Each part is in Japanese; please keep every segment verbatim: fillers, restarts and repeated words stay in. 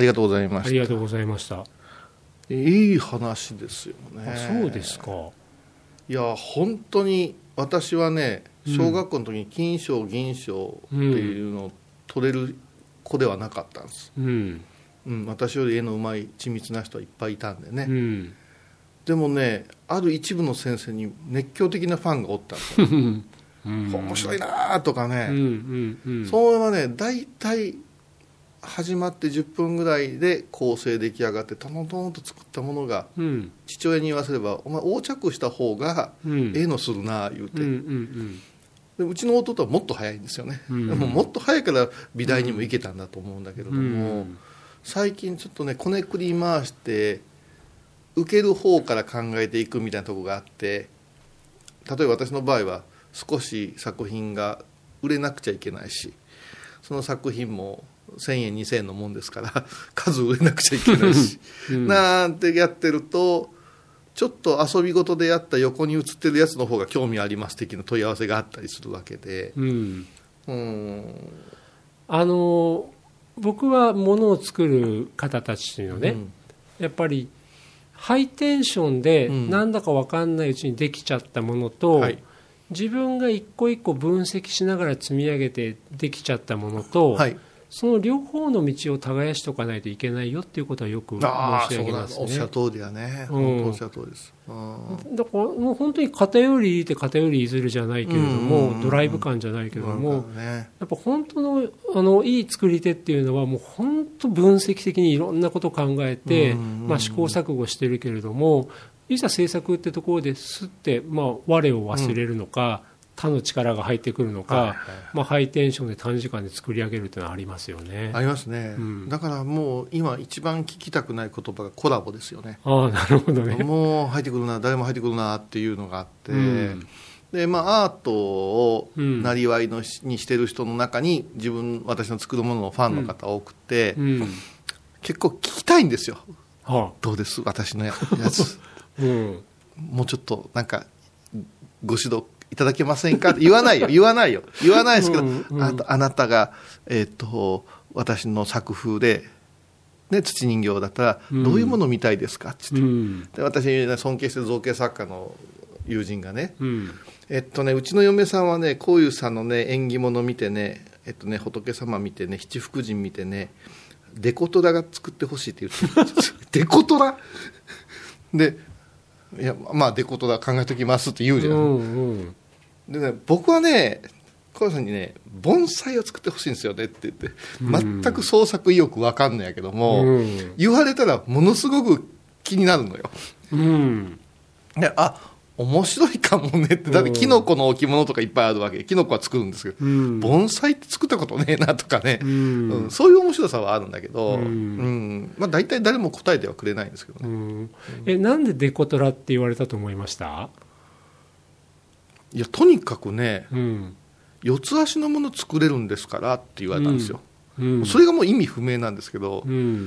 ありがとうございました。 ありがとうございました。 いい話ですよね。 あ、そうですか。 いや本当に私はね、小学校の時に金賞銀賞っていうのを取れる子ではなかったんです、うんうん、私より絵のうまい緻密な人はいっぱいいたんでね、うん、でもね、ある一部の先生に熱狂的なファンがおったんですようん、面白いなとかね、うんうんうん、それはね、大体始まってじゅっぷんぐらいで構成出来上がってトントンと作ったものが、うん、父親に言わせればお前横着した方がええのするな言うて、うんうんうん、でうちの弟はもっと早いんですよね、うん、でももっと早いから美大にも行けたんだと思うんだけれども、うん、最近ちょっとねこねくり回して受ける方から考えていくみたいなところがあって、例えば私の場合は少し作品が売れなくちゃいけないし、その作品もせんえんにせんえんのもんですから数売れなくちゃいけないし、うん、なんてやってるとちょっと遊び事でやった横に写ってるやつの方が興味あります的な問い合わせがあったりするわけで、うんうん、 あの僕はものを作る方たちというのね、うん、やっぱりハイテンションでなんだか分かんないうちにできちゃったものと、うんはい、自分が一個一個分析しながら積み上げてできちゃったものと、はい、その両方の道を耕しておかないといけないよっていうことはよく申し上げますね。 おっしゃる通りだね、うん、本当おっしゃる通りです。 だからもう本当に偏りって偏りいずるじゃないけれども、ドライブ感じゃないけれども、ね、やっぱ本当の、あのいい作り手っていうのはもう本当分析的にいろんなことを考えて、まあ、試行錯誤してるけれども、いざ制作ってところですって、まあ、我を忘れるのか、うん他の力が入ってくるのか、はいはいはいまあ、ハイテンションで短時間で作り上げるというのはありますよね。 ありますね、うん、だからもう今一番聞きたくない言葉がコラボですよね。 ああなるほどね。 もう入ってくるな誰も入ってくるなっていうのがあって、うんでまあ、アートをなりわいのし、うん、にしてる人の中に自分私の作るもののファンの方多くて、うんうん、結構聞きたいんですよ、はあ、どうです私のやつ、うん、もうちょっとなんかご指導いただけませんかって言わないよ言わないよ言わないですけど、うんうん、あ, あなたが、えー、と私の作風で、ね、土人形だったらどういうものを見たいですかって言って、うん、で私尊敬してる造形作家の友人がね、うん、えっとねうちの嫁さんはねこういうさんのね縁起物見てね、えっとね仏様見てね七福神見てねデコトラが作ってほしいって言ってるんですデコトラでいやまあデコトラ考えときますって言うじゃない、うんうんでね、僕はね小林さんにね盆栽を作ってほしいんですよねって言って全く創作意欲わかんないけども、うん、言われたらものすごく気になるのよ、うん、であ面白いかもねってだってキノコの置物とかいっぱいあるわけでキノコは作るんですけど、うん、盆栽って作ったことねえなとかね、うんうん、そういう面白さはあるんだけど、うんうんまあ、大体誰も答えてはくれないんですけどね、うんえなんでデコトラって言われたと思いました？ いやとにかくね、うん、四つ足のもの作れるんですからって言われたんですよ、うんうん、それがもう意味不明なんですけど、うん、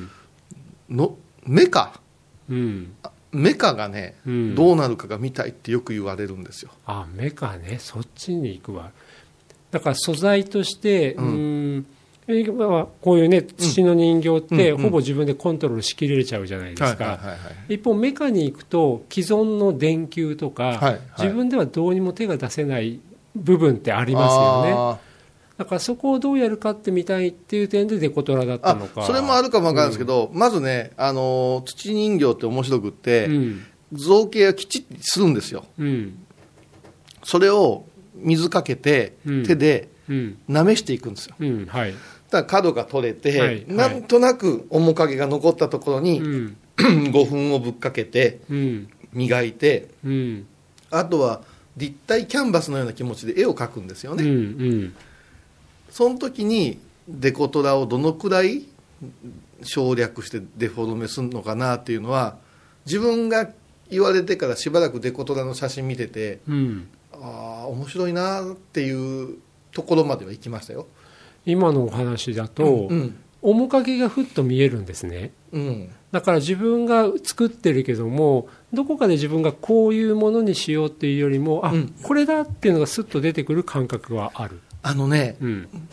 のメカ、うん、メカがね、うん、どうなるかが見たいってよく言われるんですよ。 あメカねそっちに行くわ。だから素材として、うんうんこういうね土の人形ってほぼ自分でコントロールしきれちゃうじゃないですか。一方メカに行くと既存の電球とか、はいはい、自分ではどうにも手が出せない部分ってありますよね。だからそこをどうやるかってみたいっていう点でデコトラだったのか。 あそれもあるかもわかるんですけど、うん、まずねあの土人形って面白くって、うん、造形はきちっとするんですよ、うん、それを水かけて、うん、手でなめしていくんですよ、うんはいだから角が取れて、はい、なんとなく面影が残ったところに、うん、ごふんをぶっかけて、うん、磨いて、うん、あとは立体キャンバスのような気持ちで絵を描くんですよね、うんうん、その時にデコトラをどのくらい省略してデフォルメするのかなっていうのは自分が言われてからしばらくデコトラの写真見てて、うん、ああ面白いなっていうところまでは行きましたよ。 今のお話だと、うんうん、面影がふっと見えるんですね、うん、だから自分が作ってるけどもどこかで自分がこういうものにしようっていうよりもあ、うん、これだっていうのがスッと出てくる感覚はある。 あのね、うん、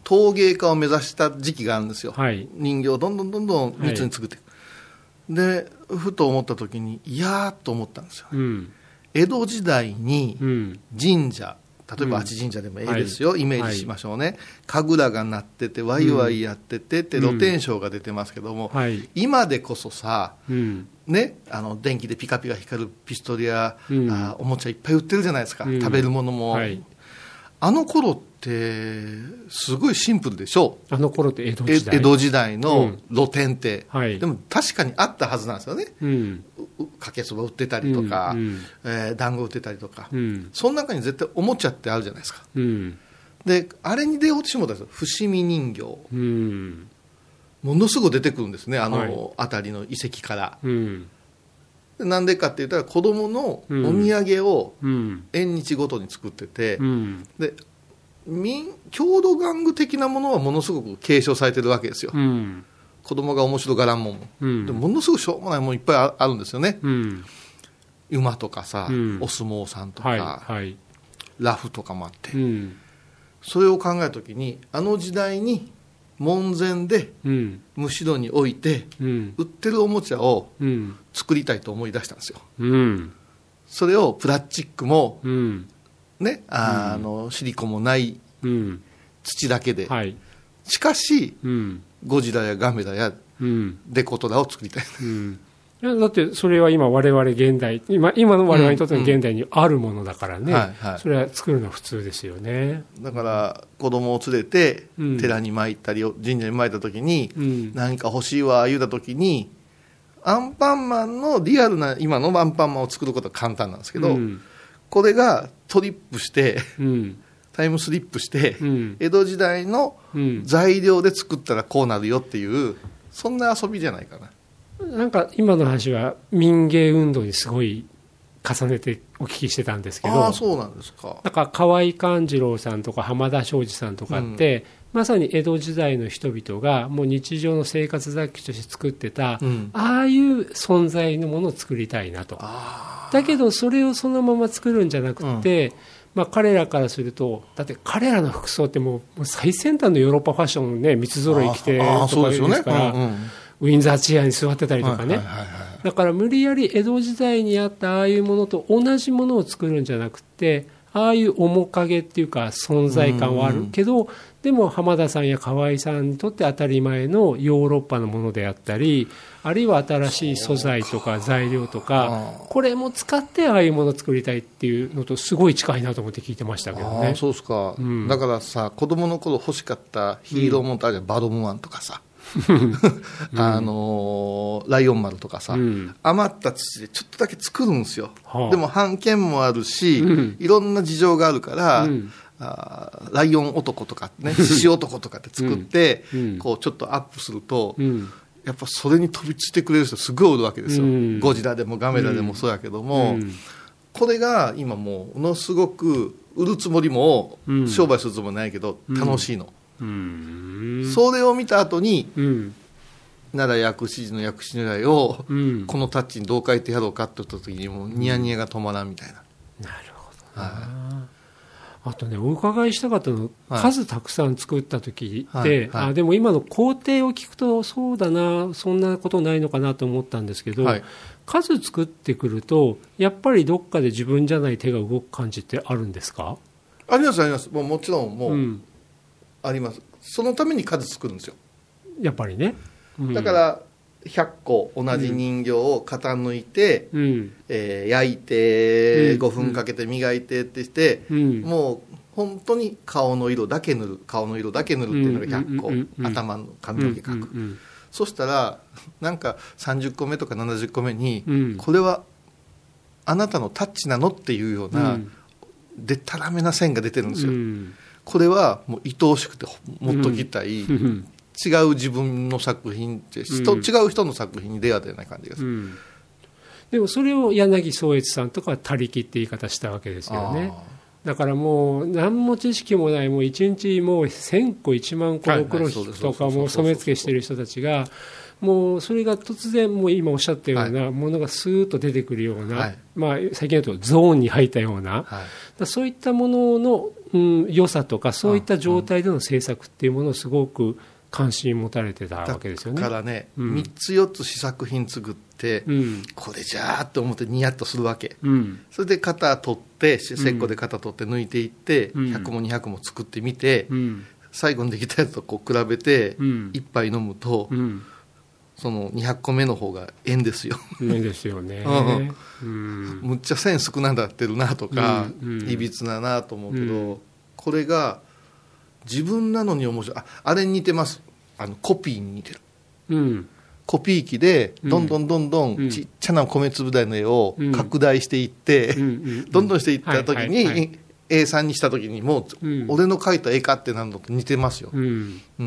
陶芸家を目指した時期があるんですよ、 はい、 人形をどんどんどんどん密に作っていく、はい、でふと思った時にいやーと思ったんですよ、うん、江戸時代に神社、例えば八神社でもええですよ、うん、イメージしましょうね、はい、神楽が鳴っててワイワイやってて、うん、って露天商が出てますけども、うんはい、今でこそさ、うんね、あの電気でピカピカ光るピストルや、うん、あおもちゃいっぱい売ってるじゃないですか、うん、食べるものも、はい、あの頃ってすごいシンプルでしょう。 あの頃って江戸時代江戸時代の露店って、 うんはい、 でも確かにあったはずなんですよね、うん、かけそば売ってたりとか、うんうんえー、団子売ってたりとか、うん、その中に絶対おもちゃってあるじゃないですか、うん、であれに出ようとしてもらったんですよ、伏見人形、うんものすごく出てくるんですね、あの辺りの遺跡から、はいうん、なんでかって言ったら子どものお土産を縁日ごとに作ってて、うん、で民郷土玩具的なものはものすごく継承されてるわけですよ、うん、子どもが面白がらんもんも、うん、でものすごくしょうもないものいっぱいあるんですよね、うん、馬とかさ、うん、お相撲さんとか、はいはい、ラフとかもあって、うん、それを考えたときにあの時代に門前でむしろに置いて、うん、売ってるおもちゃを作りたいと思い出したんですよ、うん、それをプラスチックも、うんね、あのシリコンもない土だけで、はい、しかし、うん、ゴジラやガメラやデコトラを作りたい、うんいやだってそれは今我々現代 今, 今の我々にとっての現代にあるものだからね、うんうんはいはい、それは作るのは普通ですよね。 だから子供を連れて寺に参ったり神社に参った時に、うん、何か欲しいわ言うた時にアンパンマンのリアルな今のアンパンマンを作ることは簡単なんですけど、うん、これがトリップして、うん、タイムスリップして、うん、江戸時代の材料で作ったらこうなるよっていうそんな遊びじゃないかな。 なんか今の話は民芸運動にすごい重ねてお聞きしてたんですけど、 あそうなんですか。 なんか河合勘次郎さんとか浜田庄司さんとかって、うん、まさに江戸時代の人々がもう日常の生活雑器として作ってた、うん、ああいう存在のものを作りたいなと。だけどそれをそのまま作るんじゃなくて、うんまあ、彼らからするとだって彼らの服装ってもう最先端のヨーロッパファッションをね三つ揃い着てとかですから、ウィンザーチェアに座ってたりとかね、はいはいはいはい、だから無理やり江戸時代にあったああいうものと同じものを作るんじゃなくて、ああいう面影っていうか存在感はあるけど、でも浜田さんや河合さんにとって当たり前のヨーロッパのものであったり、あるいは新しい素材とか材料とかこれも使ってああいうものを作りたいっていうのとすごい近いなと思って聞いてましたけどね。 あそうですか、うん、だからさ子供の頃欲しかったヒーローものってあるじゃん、うん、バドムワンとかさあのー、ライオン丸とかさ、うん、余った土でちょっとだけ作るんですよ、はあ、でも版権もあるし、うん、いろんな事情があるから、うん、あライオン男とかね獅子男とかって作って、うん、こうちょっとアップすると、うん、やっぱそれに飛びついてくれる人すごいおるわけですよ、うん、ゴジラでもガメラでもそうやけども、うん、これが今もうものすごく売るつもりも、うん、商売するつもりないけど楽しいの、うん、それを見た後に、うん、奈良薬師寺の薬師如来を、うん、このタッチにどう書いてやろうかって言った時にもうニヤニヤが止まらんみたいな、 うん、なるほどな、はい、あとねお伺いしたかったの、はい、数たくさん作った時って、はいはい、あでも今の工程を聞くとそうだなそんなことないのかなと思ったんですけど、はい、数作ってくるとやっぱりどっかで自分じゃない手が動く感じってあるんですか？ ありますあります。もうもちろんもう、うんあります。そのために数作るんですよやっぱりね、うん、 だからひゃっこ同じ人形を型抜いて、うんえー、焼いてごふんかけて磨いてってして、うん、もう本当に顔の色だけ塗る顔の色だけ塗るっていうのがひゃっこ、うんうんうん、頭の髪の毛描く、うんうんうん、そしたらなんかさんじゅっこめとかななじゅっこめに、うん、これはあなたのタッチなのっていうような、うん、でたらめな線が出てるんですよ、うんこれはもう愛おしくて持っときたい、うん、違う自分の作品って、うん、違う人の作品に出会ったような感じがする、うん、 でもそれを柳宗悦さんとかは他力って言い方したわけですよね。だからもう何も知識もないもういちにちもうせんこいちまんこの黒引くとかもう染め付けしてる人たちがもうそれが突然もう今おっしゃったようなものがスーッと出てくるような、はい、まあ、最近だとゾーンに入ったような、はい、だそういったものの、うん、良さとかそういった状態での制作っていうものをすごく関心持たれてたわけですよね。 だからね、うん、みっつよっつ試作品作って、うん、これじゃーっと思ってニヤッとするわけ、うん、それで型取って石膏で型取って抜いていって、うん、ひゃくもにひゃくも作ってみて、うん、最後にできたやつとこう比べて、うん、いっぱい飲むと、うん、そのにひゃっこめの方が円ですよ。 円ですよね、 うん、むっちゃ線少なくなってるなとか、うんうん、いびつだなと思うけど、うん、これが自分なのに面白い。 あ, あれに似てます。あのコピーに似てる、うん、コピー機でどんどんどんどんちっちゃな米粒大の絵を拡大していって、うん、どんどんしていった時に、はいはいはい、エースリー にした時にもう、うん、俺の描いた絵かってなるのと似てますよ、うんうん、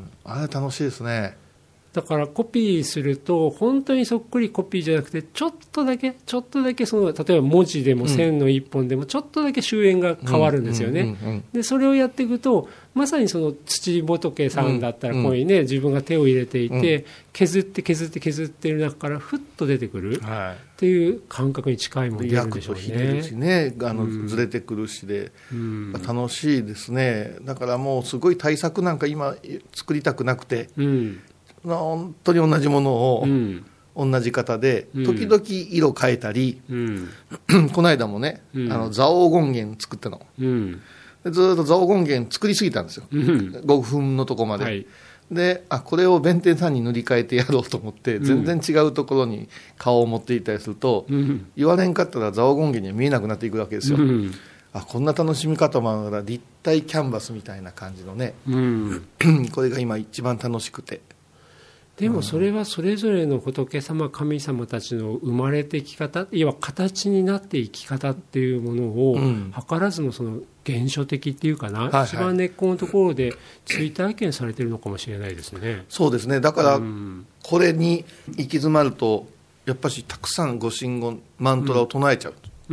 あれ楽しいですね。 だからコピーすると本当にそっくりコピーじゃなくてちょっとだけちょっとだけその例えば文字でも線の一本でもちょっとだけ周縁が変わるんですよね。でそれをやっていくとまさにその土仏さんだったらこういうね、自分が手を入れていて削って削って削っている中からふっと出てくるっていう感覚に近いものが出るんでしょうね。 焼くとひねるしね、あのずれてくるしで、うん、楽しいですね。だからもうすごい対策なんか今作りたくなくて、うん、本当に同じものを、うん、同じ型で時々色変えたり、うん、この間もね、うん、あの蔵王権現作ったの、うん、でずっと蔵王権現作りすぎたんですよ、うん、ごふんのとこまで、はい、であこれを弁天さんに塗り替えてやろうと思って全然違うところに顔を持っていったりすると、うん、言われんかったら蔵王権現には見えなくなっていくわけですよ、うん、あこんな楽しみ方もあるから立体キャンバスみたいな感じのね、うん、これが今一番楽しくて。 でもそれはそれぞれの仏様神様たちの生まれてき方、いわば形になって生き方っていうものを、うん、図らずもその原初的っていうかな、はいはい、一番根っこのところで追体験されているのかもしれないですね。 そうですね。だからこれに行き詰まるとやっぱしたくさん御神言マントラを唱えちゃう、うん、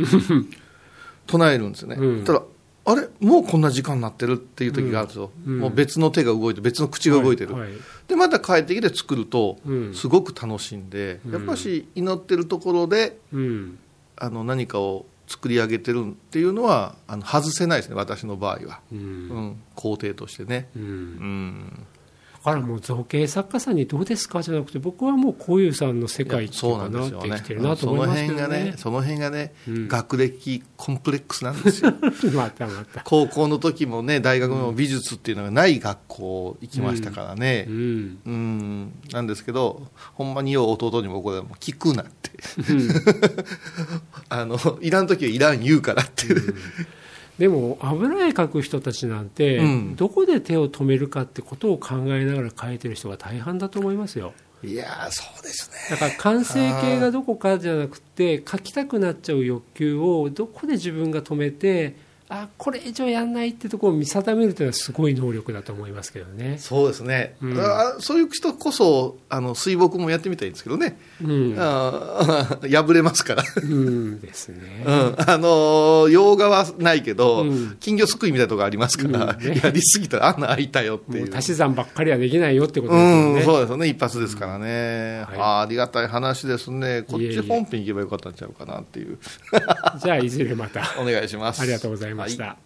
唱えるんですよね、うん、ただあれもうこんな時間になってるっていう時があるんですよ、うん、もう別の手が動いて別の口が動いてる、はいはい、でまた帰ってきて作るとすごく楽しいんで、うん、やっぱし祈ってるところで、うん、あの何かを作り上げてるっていうのはあの外せないですね、私の場合は、うんうん、工程としてね、うんうん、 だからもう造形作家さんにどうですかじゃなくて僕はもうこういうさんの世界っていうかなってきてるなと思いますけどね。 その辺がね、うん、学歴コンプレックスなんですよまたまた高校の時もね大学も美術っていうのがない学校行きましたからね、うんうんうん、なんですけどほんまによう弟にもこれも聞くなって、うん、あのいらん時はいらん言うからっていう、うんでも油絵描く人たちなんて、うん、どこで手を止めるかってことを考えながら描いてる人が大半だと思いますよ。 いやそうですね。 だから完成形がどこかじゃなくて描きたくなっちゃう欲求をどこで自分が止めてあこれ以上やんないってところを見定めるというのはすごい能力だと思いますけどね。 そうですね、うん、あそういう人こそあの水墨もやってみたいんですけどね、うん、あ破れますから、 うんですね、 うん、あの洋画はないけど、うん、金魚すくいみたいなところありますから、うんね、やりすぎたらあんな開いたよっていう足し算ばっかりはできないよってことですよね、 うん、そうですよね一発ですからね、うんはい、あ, ありがたい話ですね。こっち本編行けばよかったんちゃうかなっていうじゃあいずれまたお願いします。 ありがとうございました、はい。